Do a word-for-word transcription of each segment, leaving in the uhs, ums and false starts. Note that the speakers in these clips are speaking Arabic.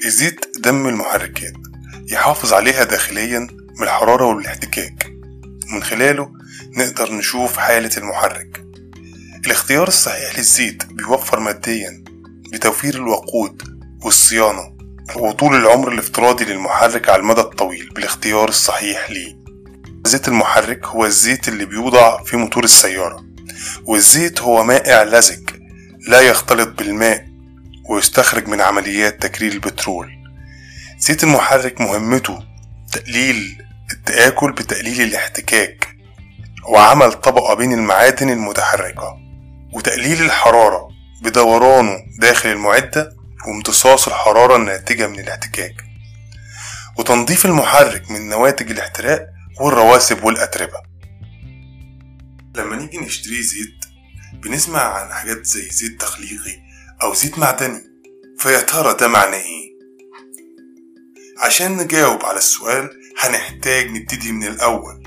الزيت دم المحركات، يحافظ عليها داخليا من الحرارة والاحتكاك، ومن خلاله نقدر نشوف حالة المحرك. الاختيار الصحيح للزيت بيوفر ماديا بتوفير الوقود والصيانة وطول العمر الافتراضي للمحرك على المدى الطويل بالاختيار الصحيح ليه. زيت المحرك هو الزيت اللي بيوضع في موتور السيارة، والزيت هو مائع لزج لا يختلط بالماء ويستخرج من عمليات تكرير البترول. زيت المحرك مهمته تقليل التآكل بتقليل الاحتكاك وعمل طبقة بين المعادن المتحركة، وتقليل الحرارة بدورانه داخل المعدة وامتصاص الحرارة الناتجة من الاحتكاك، وتنظيف المحرك من نواتج الاحتراق والرواسب والأتربة. لما نيجي نشتري زيت بنسمع عن حاجات زي زيت تخليقي أو زيت معدني، فيا ترى ده معناه ايه؟ عشان نجاوب على السؤال هنحتاج نبتدي من الأول.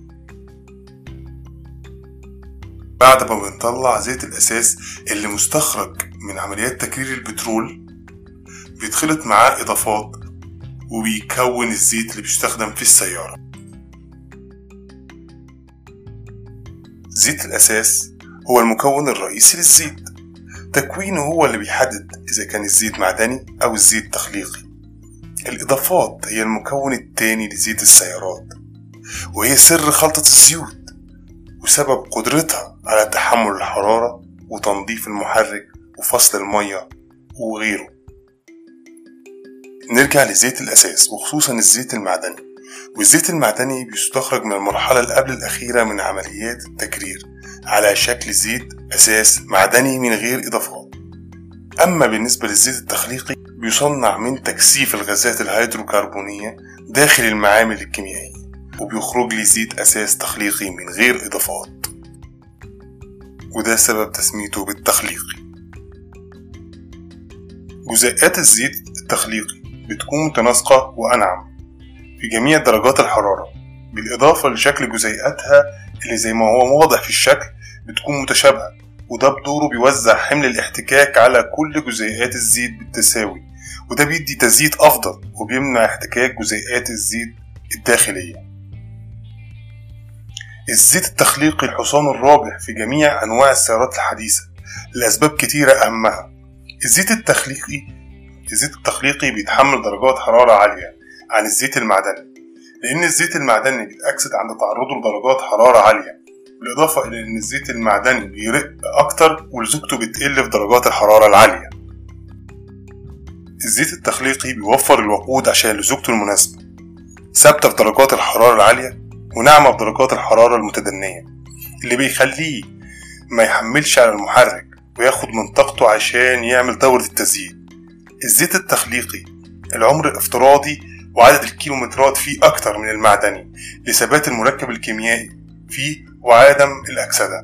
بعد ما بنطلع زيت الأساس اللي مستخرج من عمليات تكرير البترول بيتخلط معاه إضافات وبيكون الزيت اللي بيستخدم في السيارة. زيت الأساس هو المكون الرئيسي للزيت، تكوينه هو اللي بيحدد إذا كان الزيت معدني أو الزيت تخليقي. الإضافات هي المكون التاني لزيت السيارات، وهي سر خلطة الزيوت وسبب قدرتها على تحمل الحرارة وتنظيف المحرك وفصل المية وغيره. نرجع لزيت الأساس وخصوصا الزيت المعدني. والزيت المعدني بيستخرج من المرحلة اللي قبل الأخيرة من عمليات التكرير على شكل زيت أساس معدني من غير إضافات. أما بالنسبة للزيت التخليقي بيصنع من تكثيف الغازات الهيدروكربونية داخل المعامل الكيميائية، وبيخرج لي زيت أساس تخليقي من غير إضافات، وده سبب تسميته بالتخليقي. جزيئات الزيت التخليقي بتكون متناسقة وأنعم في جميع درجات الحرارة، بالإضافة لشكل جزيئاتها اللي زي ما هو واضح في الشكل بتكون متشابهة، وده بدوره بيوزع حمل الاحتكاك على كل جزيئات الزيت بالتساوي، وده بيدي تزييت أفضل وبيمنع احتكاك جزيئات الزيت الداخلية. الزيت التخليقي الحصان الرابح في جميع أنواع السيارات الحديثة لأسباب كتيرة، أهمها الزيت التخليقي الزيت التخليقي بيتحمل درجات حرارة عالية عن الزيت المعدني، لأن الزيت المعدني بيتأكسد عند تعرضه لدرجات حرارة عالية، بالإضافة إلى أن الزيت المعدني بيرق أكتر ولزوجته بتقل في درجات الحرارة العالية. الزيت التخليقي بيوفر الوقود عشان لزوجته المناسبة، ثابتة في درجات الحرارة العالية وناعمة في درجات الحرارة المتدنية، اللي بيخليه ما يحملش على المحرك وياخد من طاقته عشان يعمل دورة التزييت. الزيت التخليقي العمر افتراضي وعدد الكيلومترات فيه أكتر من المعدني لثبات المركب الكيميائي فيه وعدم الأكسدة.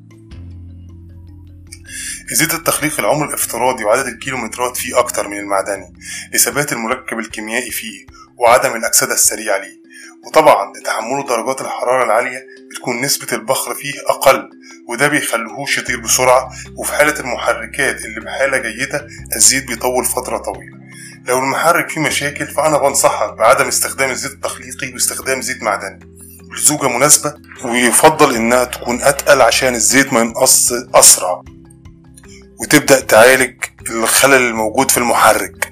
الزيت التخليقي العمر الافتراضي وعدد الكيلومترات فيه أكتر من المعدني لثبات المركب الكيميائي فيه وعدم الأكسدة السريعة ليه، وطبعا لتحمله درجات الحرارة العالية بتكون نسبة البخر فيه أقل، وده بيخليهوش يطير بسرعة، وفي حالة المحركات اللي بحالة جيدة الزيت بيطول فترة طويلة. لو المحرك فيه مشاكل فأنا بنصحك بعدم استخدام الزيت التخليقي واستخدام زيت معدني لزوجة مناسبة، ويفضل إنها تكون أتقل عشان الزيت ما ينقص أسرع وتبدأ تعالج الخلل الموجود في المحرك.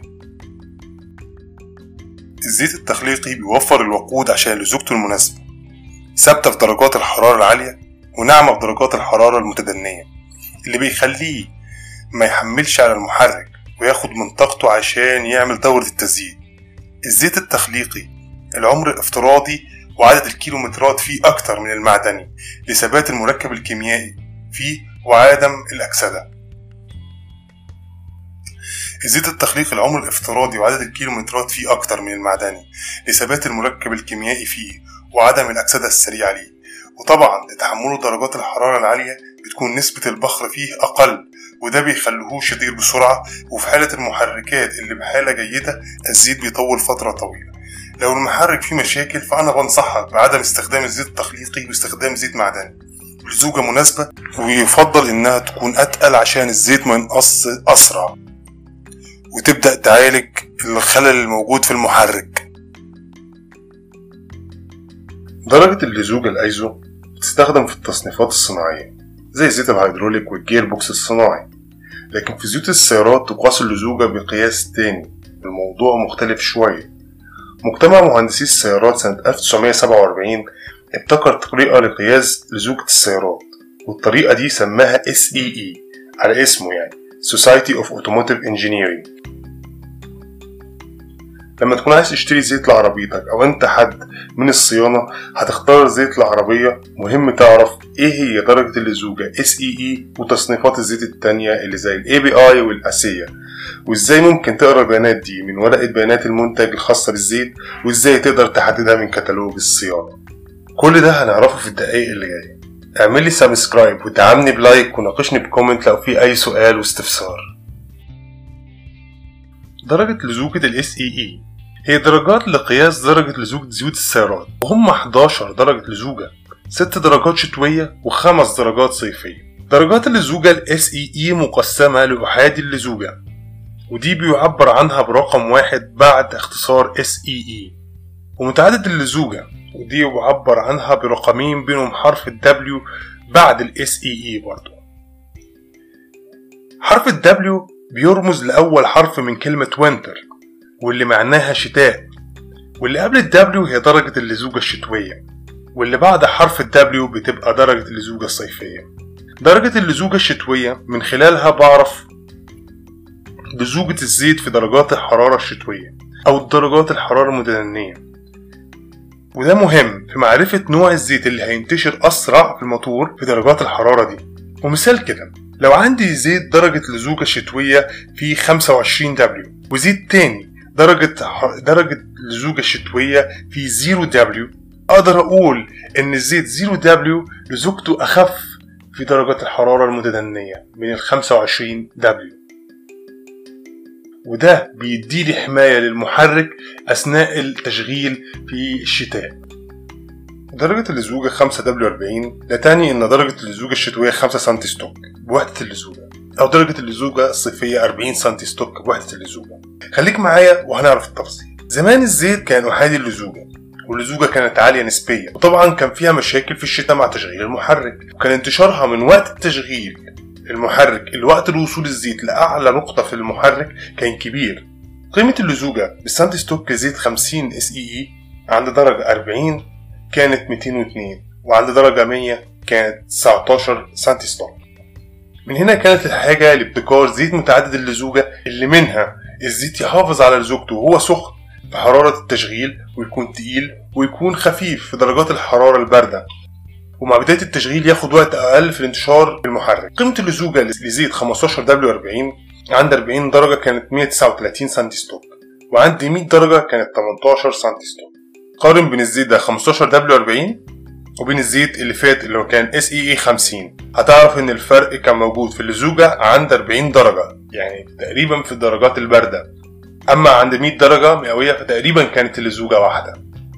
الزيت التخليقي بيوفر الوقود عشان لزوجته المناسبة، ثابتة في درجات الحرارة العالية وناعمة في درجات الحرارة المتدنية، اللي بيخليه ما يحملش على المحرك وياخد من طاقته عشان يعمل دورة التزييت. الزيت التخليقي العمر افتراضي وعدد الكيلومترات فيه أكتر من المعدني لثبات المركب الكيميائي فيه وعدم الأكسدة. الزيت التخليقي العمر الافتراضي وعدد الكيلومترات فيه أكتر من المعدني لثبات المركب الكيميائي فيه وعدم الأكسدة السريعة ليه، وطبعا لتحمله درجات الحرارة العالية بتكون نسبة البخر فيه أقل، وده بيخليهوش يطير بسرعة، وفي حالة المحركات اللي بحالة جيدة الزيت بيطول فترة طويلة. لو المحرك فيه مشاكل فأنا بنصحك بعدم استخدام الزيت التخليقي واستخدام زيت معدني لزوجة مناسبة، ويفضل إنها تكون أتقل عشان الزيت ما ينقص أسرع وتبدأ تعالج الخلل الموجود في المحرك. درجة اللزوجة الأيزو بتستخدم في التصنيفات الصناعية زي زيت الهيدروليك والجير بوكس الصناعي، لكن في زيوت السيارات تقاس اللزوجة بقياس تاني. الموضوع مختلف شوية. مجتمع مهندسي السيارات سنة ألف وتسعمية سبعة وأربعين ابتكر طريقة لقياس لزوجة السيارات، والطريقة دي سماها إس إي إي على اسمه، يعني Society of Automotive Engineering. لما تكون عايز تشتري زيت لعربيتك او انت حد من الصيانة هتختار زيت العربية، مهم تعرف ايه هي درجة اللزوجة إس إي إي وتصنيفات الزيت التانية اللي زي ال إيه بي آي والأسية، وازاي ممكن تقرأ البيانات دي من ورقة بيانات المنتج الخاصة بالزيت، وازاي تقدر تحددها من كتالوج الصيانة. كل ده هنعرفه في الدقايق اللي جاية. اعمل لي سبسكرايب ودعمني بلايك وناقشني بكومنت لو في اي سؤال واستفسار. درجة لزوجة ال إس إي إي هي درجات لقياس درجة لزوجة زيوت السيارات، وهم حداشر درجة لزوجة، ست درجات شتوية وخمس درجات صيفية. درجات اللزوجة ال إس إي إي مقسمة لأحادي اللزوجة، ودي بيعبر عنها برقم واحد بعد اختصار إس إي إي، ومتعدد اللزوجة ودي بيعبر عنها برقمين بينهم حرف ال W بعد ال إس إي إي برضو. حرف ال W بيرمز لأول حرف من كلمة وينتر واللي معناها شتاء، واللي قبل ال W هي درجة اللزوجة الشتوية، واللي بعد حرف ال W بتبقى درجة اللزوجة الصيفية. درجة اللزوجة الشتوية من خلالها بعرف لزوجة الزيت في درجات الحرارة الشتوية أو درجات الحرارة المتدنية، وده مهم في معرفة نوع الزيت اللي هينتشر أسرع في الموتور في درجات الحرارة دي. ومثال كده، لو عندي زيت درجة لزوجة شتوية في خمسة وعشرين دبليو وزيت تاني درجة درجة لزوجة شتوية في صفر دبليو، أقدر أقول إن الزيت صفر دبليو لزوجته أخف في درجة الحرارة المتدنية من ال خمسة وعشرين دبليو، وده بيديلي حماية للمحرك أثناء التشغيل في الشتاء. درجة اللزوجة خمسة دبليو أربعين ده تعني إن درجة اللزوجة الشتوية خمسة سنتي ستوك بوحدة اللزوجة، أو درجة اللزوجة الصيفية أربعين سنتي ستوك بوحدة اللزوجة. خليك معايا وهنعرف التفاصيل. زمان الزيت كان أحادي اللزوجة، واللزوجة كانت عالية نسبيا، وطبعا كان فيها مشاكل في الشتاء مع تشغيل المحرك، وكان انتشارها من وقت التشغيل المحرك لوقت الوصول الزيت لأعلى نقطة في المحرك كان كبير. قيمة اللزوجة بالسنتي ستوك لزيت خمسين إس إي إي عند درجة أربعين كانت مئتين واثنين، وعند درجة مية كانت تسعتاشر سنتي ستوك. من هنا كانت الحاجة لابتكار زيت متعدد اللزوجة، اللي منها الزيت يحافظ على لزوجته وهو سخن في حرارة التشغيل، ويكون تقيل ويكون خفيف في درجات الحرارة الباردة، ومع بداية التشغيل ياخد وقت أقل في الانتشار بالمحرك. قيمة اللزوجة لزيت خمستاشر دبليو أربعين عند أربعين درجة كانت مية وتسعة وثلاثين سنتي ستوك، وعند مية درجة كانت تمنتاشر سنتي ستوك. قارن بين الزيت ده خمستاشر دبليو أربعين وبين الزيت اللي فات اللي هو كان إس إي إي خمسين، هتعرف ان الفرق كان موجود في اللزوجة عند أربعين درجة، يعني تقريبا في الدرجات الباردة، اما عند مية درجة مئوية فتقريبا كانت اللزوجة واحدة.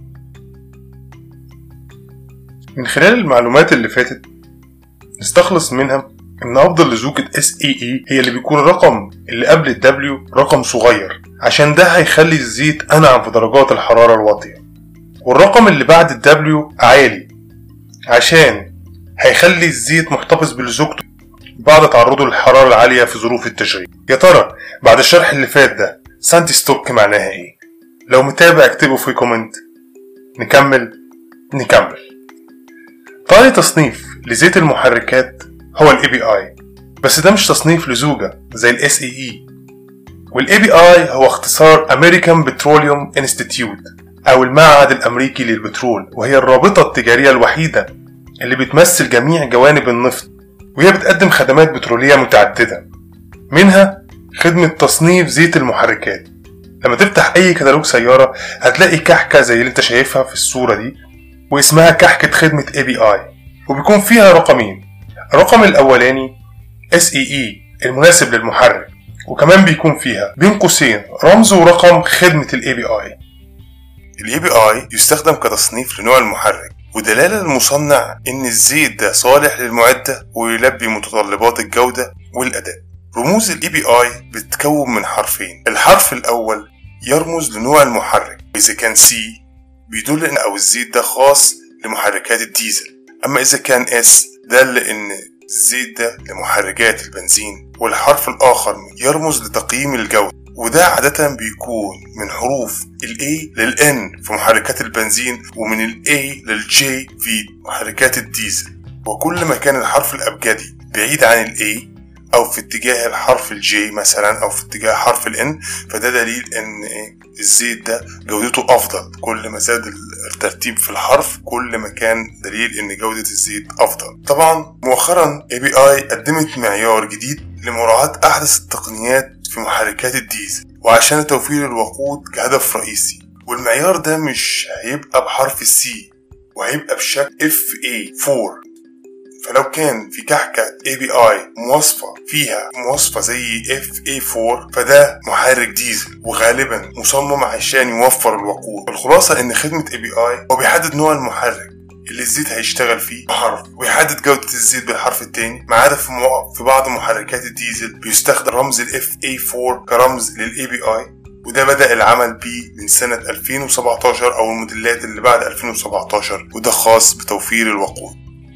من خلال المعلومات اللي فاتت نستخلص منها ان افضل لزوجة إس إي إي هي اللي بيكون الرقم اللي قبل الدبليو رقم صغير، عشان ده هيخلي الزيت انعم في درجات الحرارة الواطية، والرقم اللي بعد الدبليو عالي عشان هيخلي الزيت محتفظ بلزوجته بعد تعرضه للحرارة العالية في ظروف التشغيل. يا ترى بعد الشرح اللي فات ده سنتي ستوك معناها ايه؟ لو متابع اكتبه في كومنت. نكمل نكمل تاني تصنيف لزيت المحركات هو ال إيه بي آي، بس ده مش تصنيف لزوجة زي ال إس إي إي. وال إيه بي آي هو اختصار American Petroleum Institute أو المعهد الأمريكي للبترول، وهي الرابطة التجارية الوحيدة اللي بتمثل جميع جوانب النفط، وهي بتقدم خدمات بترولية متعددة، منها خدمة تصنيف زيت المحركات. لما تفتح أي كتالوج سيارة هتلاقي كحكة زي اللي انت شايفها في الصورة دي، واسمها كحكة خدمة إيه بي آي، وبيكون فيها رقمين. الرقم الأولاني إس إي إي المناسب للمحرك، وكمان بيكون فيها بين قوسين رمز ورقم خدمة ال إيه بي آي. ال إيه بي آي يستخدم كتصنيف لنوع المحرك ودلالة للمصنع إن الزيت ده صالح للمعدة ويلبي متطلبات الجودة والأداء. رموز ال إي بي آي بتتكون من حرفين. الحرف الأول يرمز لنوع المحرك، إذا كان C بيدل إن أو الزيت ده خاص لمحركات الديزل، أما إذا كان S دل إن الزيت ده لمحركات البنزين. والحرف الآخر يرمز لتقييم الجودة، وده عادة بيكون من حروف ال A لل N في محركات البنزين ومن ال A لل J في محركات الديزل. وكل ما كان الحرف الأبجدي بعيد عن ال A أو في اتجاه الحرف ال J مثلا أو في اتجاه حرف ال N، فده دليل إن الزيت ده جودته أفضل. كل ما زاد الترتيب في الحرف كل ما كان دليل إن جودة الزيت أفضل. طبعا مؤخرا إي بي آي قدمت معيار جديد لمراعاة أحدث التقنيات في محركات الديزل وعشان توفير الوقود كهدف رئيسي. والمعيار ده مش هيبقى بحرف السي وهيبقى بشكل إف إيه فور. فلو كان في كحكة إي بي آي مواصفة فيها مواصفة زي إف إيه فور فده محرك ديزل وغالبا مصمم عشان يوفر الوقود. الخلاصة ان خدمة إي بي آي هو بيحدد نوع المحرك اللي الزيت هيشتغل فيه بحرف، ويحدد جودة الزيت بالحرف التاني، ما عدا في, مو... في بعض محركات الديزل بيستخدم رمز ال إف إيه فور كرمز لل إي بي آي، وده بدأ العمل بيه من سنة ألفين وسبعتاشر أو الموديلات اللي بعد ألفين وسبعتاشر، وده خاص بتوفير الوقود.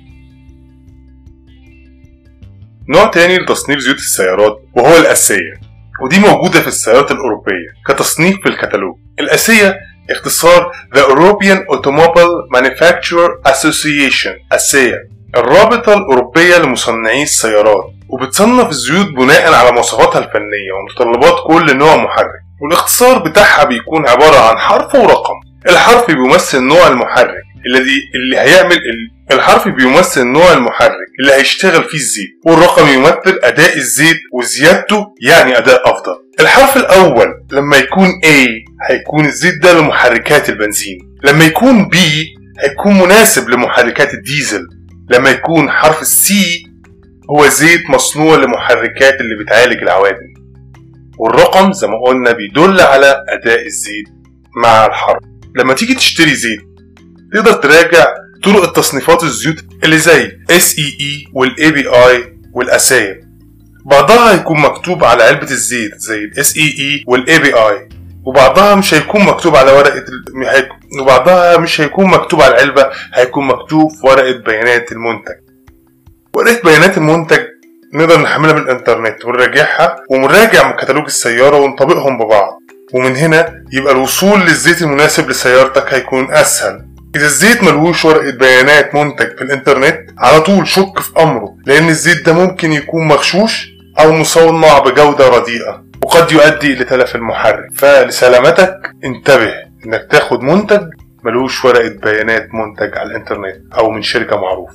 نوع تاني لتصنيف زيوت السيارات وهو الأسية، ودي موجودة في السيارات الأوروبية كتصنيف في الكتالوج. الأسية اختصار The European Automobile Manufacturer Association، أسية الرابطة الأوروبية لمصنعي السيارات، وبتصنف الزيوت بناء على مواصفاتها الفنية ومتطلبات كل نوع محرك. والاختصار بتاعها بيكون عبارة عن حرف ورقم. الحرف بيمثل نوع المحرك الذي اللي هيعمل الحرف بيمثل نوع المحرك اللي هيشتغل فيه الزيت، والرقم يمثل أداء الزيت وزيادته يعني أداء أفضل. الحرف الأول لما يكون A هيكون الزيت ده لمحركات البنزين، لما يكون B هيكون مناسب لمحركات الديزل، لما يكون حرف C هو زيت مصنوع لمحركات اللي بتعالج العوادم، والرقم زي ما قلنا بيدل على أداء الزيت مع الحرف. لما تيجي تشتري زيت تقدر تراجع طرق التصنيفات الزيوت اللي زي إس إي إي والإي بي آي والأسايا. بعضها هيكون مكتوب على علبة الزيت زي الإس إي إي والإي بي آي، وبعضها مش هيكون مكتوب على ورقة ال... وبعضها مش هيكون مكتوب على العلبة، هيكون مكتوب في ورقة بيانات المنتج. ورقة بيانات المنتج نقدر نحملها من الانترنت ونراجعها ونراجع كتالوج السيارة ونطبقهم ببعض، ومن هنا يبقى الوصول للزيت المناسب لسيارتك هيكون أسهل. إذا الزيت ملهوش ورقة بيانات منتج في الانترنت على طول شك في أمره، لأن الزيت ده ممكن يكون مغشوش أو مصنع بجودة رديئة وقد يؤدي إلى تلف المحرك. فلسلامتك انتبه إنك تاخد منتج ملهوش ورقة بيانات منتج على الانترنت أو من شركة معروفة.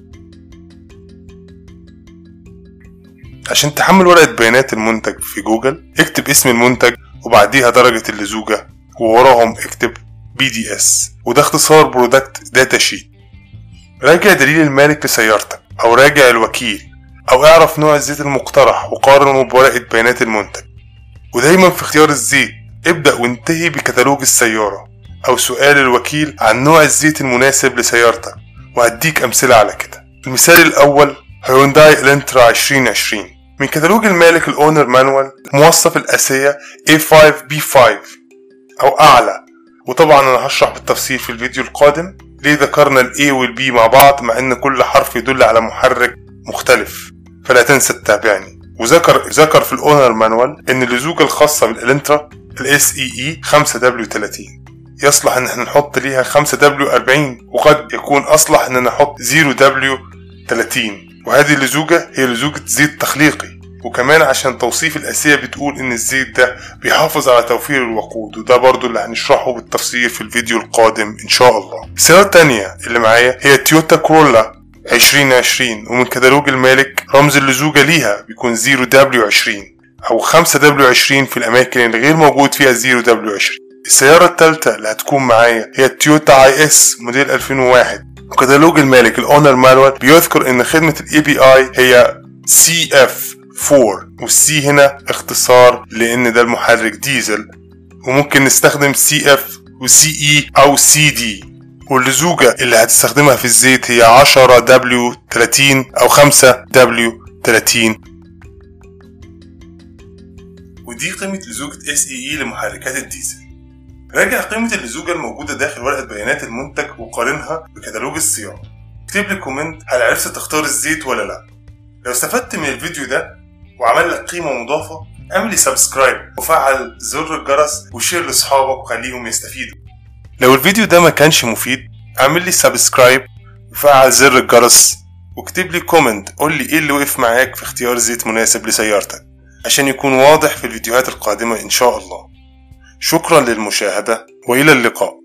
عشان تحمل ورقة بيانات المنتج في جوجل اكتب اسم المنتج وبعديها درجة اللزوجة ووراهم اكتب بي دي إس، وده اختصار برودكت داتا شيت. راجع دليل المالك لسيارتك او راجع الوكيل او اعرف نوع الزيت المقترح وقارنه بورقة بيانات المنتج. ودايما في اختيار الزيت ابدأ وانتهي بكتالوج السيارة او سؤال الوكيل عن نوع الزيت المناسب لسيارتك، وهديك امثلة على كده. المثال الاول هيونداي الانترا عشرين عشرين من كتالوج المالك الاونر مانوال، موصف الأسية إيه فايف بي فايف او اعلى. وطبعا انا هشرح بالتفصيل في الفيديو القادم ليه ذكرنا ال A وال B مع بعض مع ان كل حرف يدل على محرك مختلف، فلا تنسى تتابعني. وذكر ذكر في الاونر مانوال ان اللزوجة الخاصة بالالنترا ال إس إي إي خمسة دبليو ثلاثين يصلح ان احنا نحط ليها خمسة دبليو أربعين، وقد يكون اصلح ان نحط صفر دبليو ثلاثين، وهذه اللزوجة هي لزوجة زيت تخليقي. وكمان عشان توصيف الأسية بتقول ان الزيت ده بيحافظ على توفير الوقود، وده برضو اللي هنشرحه بالتفصيل في الفيديو القادم ان شاء الله. السيارة التانية اللي معايا هي تويوتا كورولا عشرين عشرين، ومن كتالوج المالك رمز اللزوجة ليها بيكون صفر دبليو عشرين او خمسة دبليو عشرين في الاماكن اللي غير موجود فيها صفر دبليو عشرين. السيارة التالتة اللي هتكون معايا هي تويوتا اي اس موديل ألفين وواحد، وكتالوج المالك الاونر مانوال بيذكر ان خدمة الاي بي اي هي سي اف فور، والسي هنا اختصار لان ده المحرك ديزل، وممكن نستخدم سي اف وسي اي او سي دي. واللزوجة اللي هتستخدمها في الزيت هي عشرة دبليو ثلاثين او خمسة دبليو ثلاثين. ودي قيمة لزوجة إس إي إي لمحركات الديزل. راجع قيمة اللزوجة الموجودة داخل ورقة بيانات المنتج وقارنها بكتالوج الصيانة. اكتب لي كومنت هل عرفت تختار الزيت ولا لا. لو استفدت من الفيديو ده وعمل لك قيمة مضافة اعمل لي سبسكرايب وفعل زر الجرس وشير لاصحابك وخليهم يستفيدوا. لو الفيديو ده ما كانش مفيد اعمل لي سبسكرايب وفعل زر الجرس واكتب لي كومنت قول لي ايه اللي وقف معاك في اختيار زيت مناسب لسيارتك عشان يكون واضح في الفيديوهات القادمة ان شاء الله. شكرا للمشاهدة والى اللقاء.